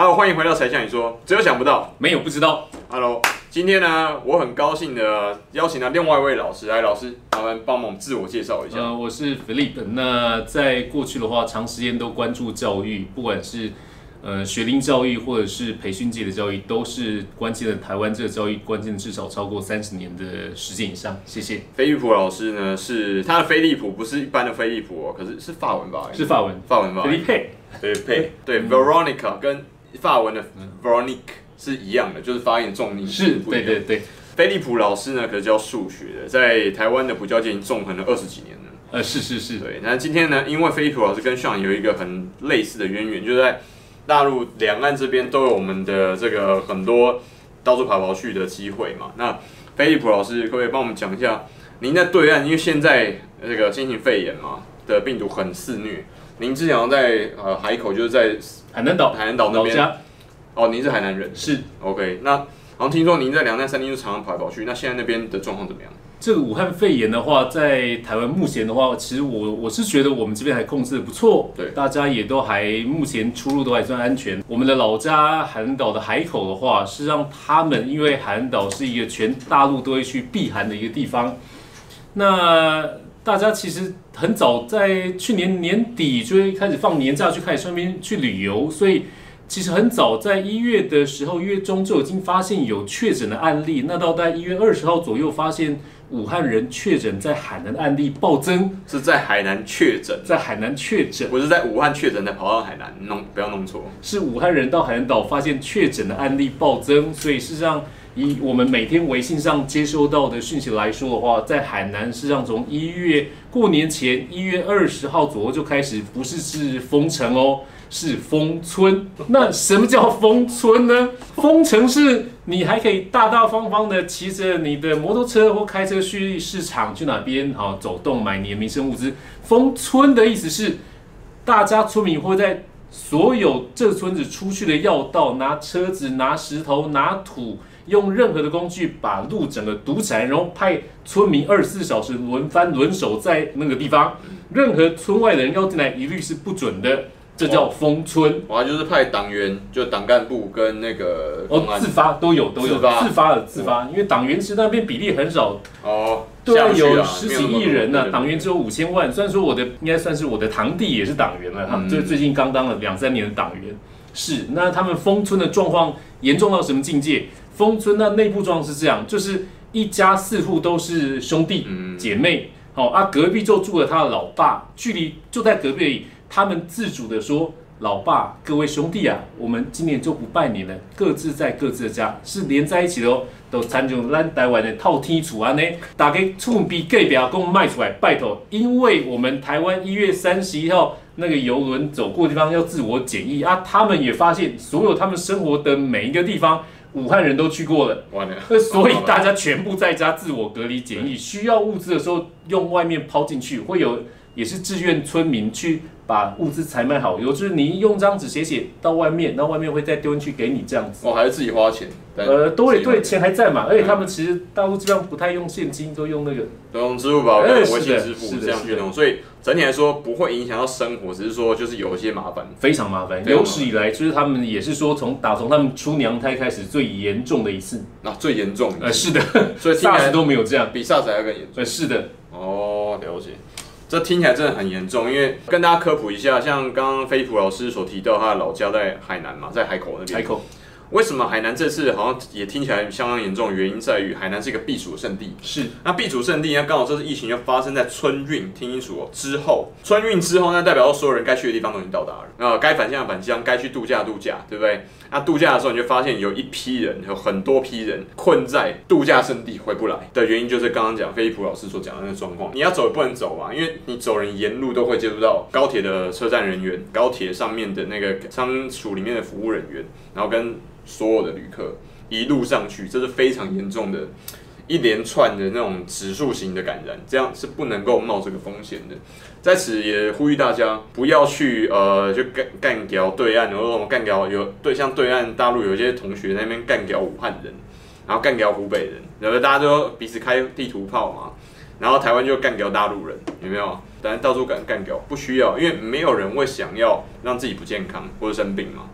好，欢迎回到才向你说，只有想不到， 没有不知道。 Hello， 今天呢，我很高兴的邀请到另外一位老师，来，老师，麻烦帮忙自我介绍一下。 我是 Philip。那在过去的话，长时间都关注教育，不管是学龄教育或者是培训界的教育，都是关键的。台湾这个教育关键至少超过30年的时间以上。谢谢。 飞利浦老师呢，是他的飞利浦不是一般的飞利浦哦，可是是法文吧？ 是法文， 法文吧？ 飞利佩， 对佩，对 Veronica 跟法文的 Veronique 是一样的，就是发音重音是不一样。 对。 飞利浦老师呢，可是教数学的，在台湾的补教界已经纵横了20几年了。 是。 对，那今天呢，因为飞利浦老师跟Sean有一个很类似的渊源，就是在大陆两岸这边都有我们的这个很多到处跑来跑去的机会嘛。那飞利浦老师可不可以帮我们讲一下，您在对岸，因为现在这个新型肺炎嘛的病毒很肆虐，您之前在海口，就是在海南岛那边。 老家。 哦，您是海南人。 是 OK， 那好像听说您在两岸三地就常常跑来跑去，那现在那边的状况怎么样？ 这个武汉肺炎的话，在台湾目前的话，其实我是觉得我们这边还控制得不错， 对， 大家也都还目前出入都还算安全。我们的老家海南岛的海口的话，是让他们因为海南岛是一个全大陆都会去避寒的一个地方，那大家其实很早在去年年底就会开始放年假，就开始那边去旅游，所以其实很早在1月的时候，1月中就已经发现有确诊的案例，那到大概1月20号左右发现武汉人确诊，在海南的案例暴增， 是在海南确诊， 在海南确诊， 不是在武汉确诊才跑到海南，不要弄错， 是武汉人到海南岛发现确诊的案例暴增，所以事实上以我们每天微信上接收到的讯息来说的话，在海南事实上从1月过年前1月20号左右就开始，不是封城哦。是封村，那什么叫封村呢？封城是你还可以大大方方的骑着你的摩托车或开车去市场，去哪边好走动买你的民生物资。封村的意思是，大家村民会在所有这村子出去的要道，拿车子、拿石头、拿土，用任何的工具把路整个堵起来，然后派村民24小时轮番轮守在那个地方，任何村外的人要进来一律是不准的。这叫封村， 就是派党员，就党干部跟那个自发都有自发，因为党员其实那边比例很少哦， 对啊，有10几亿人呢，党员只有5000万。虽然说应该算是我的堂弟也是党员了，他最近刚当了2、3年的党员。是，那他们封村的状况严重到什么境界？封村那内部状况是这样，就是一家4户都是兄弟姐妹，隔壁就住了他的老爸，距离就在隔壁而已。他们自主的说：“老爸，各位兄弟啊，我们今年就不拜年了，各自在各自的家，是连在一起的哦。都参照咱台湾的套天厝安呢，大家厝边隔壁跟我卖出来，拜托，因为我们台湾1月31号那个邮轮走过的地方要自我检疫啊，他们也发现所有他们生活的每一个地方。”武汉人都去过了，所以大家全部在家自我隔离检疫，需要物资的时候用外面抛进去，会有也是志愿村民去把物资采买好，有就是你用张纸写到外面，然后外面会再丢进去给你这样子。 还是自己花钱？ 对，钱还在嘛，而且他们其实大陆基本上不太用现金，都用那个， 都用支付宝跟微信支付这样去弄，所以整体来说不会影响到生活，只是说就是有一些麻烦， 非常麻烦。有史以来，就是他们也是说打从他们出娘胎开始最严重的一次。 最严重？ 是的， 所以 SARS 都没有这样， 比 SARS 还要更严重。 是的。 哦，了解。这听起来真的很严重，因为跟大家科普一下，像刚刚飞利浦老师所提到，他的老家在海南嘛，在海口那边。 海口。 为什么海南这次好像也听起来相当严重？原因在于海南是一个避暑圣地。 是。 那避暑圣地，那刚好这次疫情就发生在春运，听清楚哦，之后。春运之后，那代表所有人该去的地方都已经到达了。该返乡的返乡，该去度假度假，对不对？那度假的时候，你就发现有一批人，有很多批人困在度假胜地回不来的原因，就是刚刚讲飞利浦老师所讲的那个状况。你要走也不能走嘛，因为你走人沿路都会接触到高铁的车站人员、高铁上面的那个仓储里面的服务人员，然后跟所有的旅客一路上去，这是非常严重的一连串的那种指数型的感染，这样是不能够冒这个风险的。在此也呼吁大家不要去就干掉对岸，或者干掉像对岸大陆有些同学在那边干掉武汉人，然后干掉湖北人，然后大家都彼此开地图炮嘛，然后台湾就干掉大陆人，有没有？当然到处干掉，不需要，因为没有人会想要让自己不健康或者生病嘛。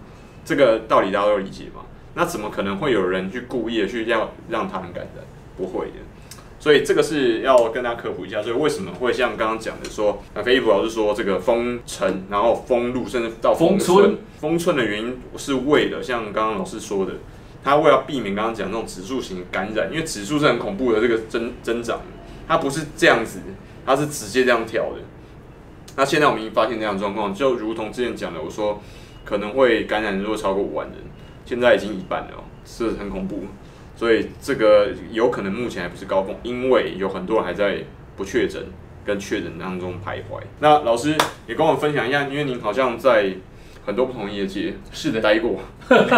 这个道理大家都理解嘛。那怎么可能会有人去故意的去让他人感染？不会的。所以这个是要跟大家科普一下，所以为什么会像刚刚讲的说，飞利浦老师说这个封城，然后封路，甚至到封村的原因是为了像刚刚老师说的，他为了避免刚刚讲那种指数型感染，因为指数是很恐怖的这个增长，它不是这样子，它是直接这样跳的。那现在我们已经发现这样的状况，就如同之前讲的，我说可能会感染人数超过5万人，现在已经1半了，是很恐怖。所以这个有可能目前还不是高峰，因为有很多人还在不确诊跟确诊当中徘徊。那老师也跟我们分享一下，因为您好像在很多不同业界是的待过，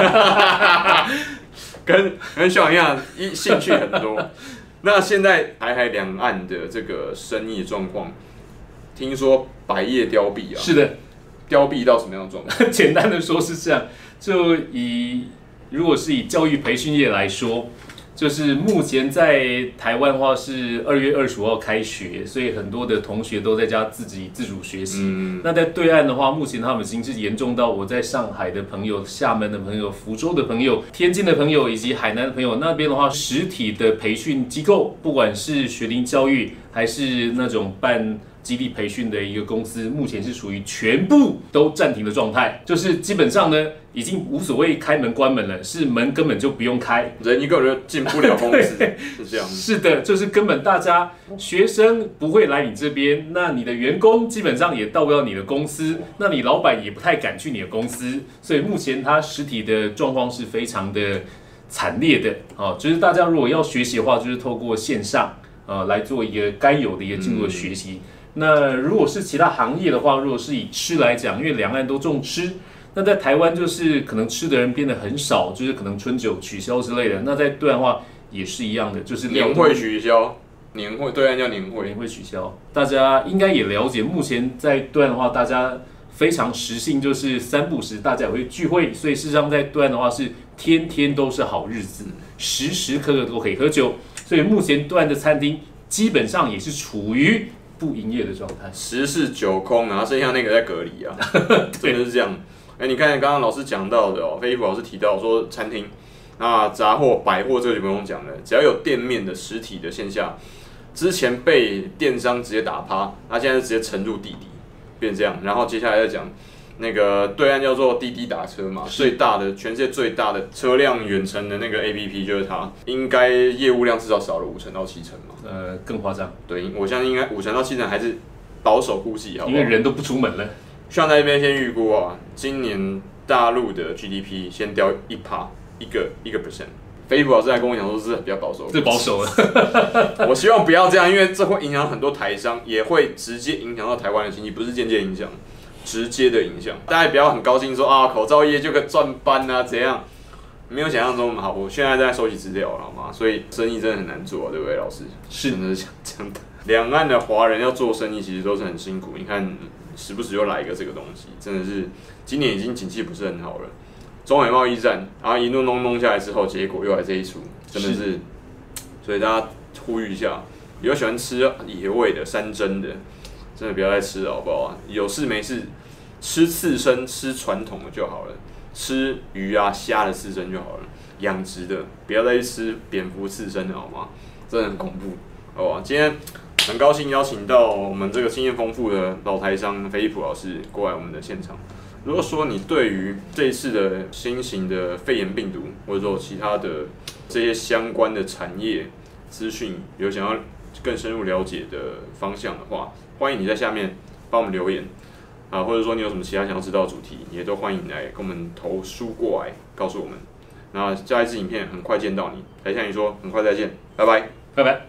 跟校长一样，兴趣很多。那现在台海两岸的这个生意状况，听说百业凋敝啊， 是的， 凋敝到什么样的状况？ 简单的说是这样，如果是以教育培训业来说，就是目前在台湾的话是2月25号开学，所以很多的同学都在家自主学习。那在对岸的话，目前他们已经是严重到我在上海的朋友、厦门的朋友、福州的朋友、天津的朋友以及海南的朋友那边的话，实体的培训机构，不管是学龄教育还是那种办基地培训的一个公司，目前是属于全部都暂停的状态，就是基本上呢，已经无所谓开门关门了，是门根本就不用开， 人一个人就进不了公司，是这样子。 是的，就是根本大家学生不会来你这边，那你的员工基本上也到不了你的公司，那你老板也不太敢去你的公司，所以目前它实体的状况是非常的惨烈的哦。就是大家如果要学习的话，就是透过线上来做一个该有的一个进入的学习。那如果是其他行业的话，如果是以吃来讲，因为两岸都重吃，那在台湾就是可能吃的人变得很少，就是可能春酒取消之类的。那在对岸的话也是一样的，就是年会取消，年会对岸叫年会取消。大家应该也了解，目前在对岸的话，大家非常时兴，就是3不时大家也会聚会，所以事实上在对岸的话是天天都是好日子，时时刻刻都可以喝酒。所以目前对岸的餐厅基本上也是处于不营业的状态 ，10室9空，然后剩下那个在隔离啊，真的是这样。你看刚刚老师讲到的飞利浦老师提到说餐厅，那杂货、百货这个就不用讲了，只要有店面的实体的线下，之前被电商直接打趴，那现在直接沉入地底，变这样。然后接下来再讲那个对岸叫做滴滴打车嘛，全世界最大的车辆远程的那个 APP 就是它，应该业务量至少少了50%到70%嘛。 更夸张。 对，我相信应该50%到70%还是保守估计，好不好？ 因为人都不出门了。 像在那边先预估啊，今年大陆的 GDP 先掉1%，一个 percent。飞利浦老师还跟我讲说是比较保守， 是保守的。 我希望不要这样，因为这会影响很多台商，也会直接影响到台湾的经济，不是间接影响，直接的影响。大家不要很高兴说啊，口罩业就可以赚翻啊，怎样？没有想象中那么好。我现在在收集资料了，好吗？所以生意真的很难做、啊，对不对，老师？ 是， 真的是这样的。两岸的华人要做生意，其实都是很辛苦。你看，时不时又来一个这个东西，真的是今年已经景气不是很好了。中美贸易战，然后一路弄下来之后，结果又来这一出，真的是。所以大家呼吁一下，比较喜欢吃野味的、山珍的，真的不要再吃了，好不好啊？有事没事吃刺身、吃传统的就好了。吃鱼啊、虾的刺身就好了，养殖的不要再去吃蝙蝠刺身了，好吗？真的很恐怖，好吧？今天很高兴邀请到我们这个经验丰富的老台商飞利浦老师过来我们的现场。如果说你对于这一次的新型的肺炎病毒，或者说其他的这些相关的产业资讯有想要更深入了解的方向的话，欢迎你在下面帮我们留言。或者说你有什么其他想要知道的主题，也都欢迎来跟我们投书过来告诉我们。那下一支影片很快见到你，台下你说很快再见，拜拜， 拜拜。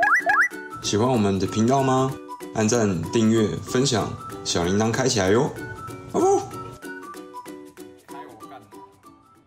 喜欢我们的频道吗？按赞、订阅、分享，小铃铛开起来哟。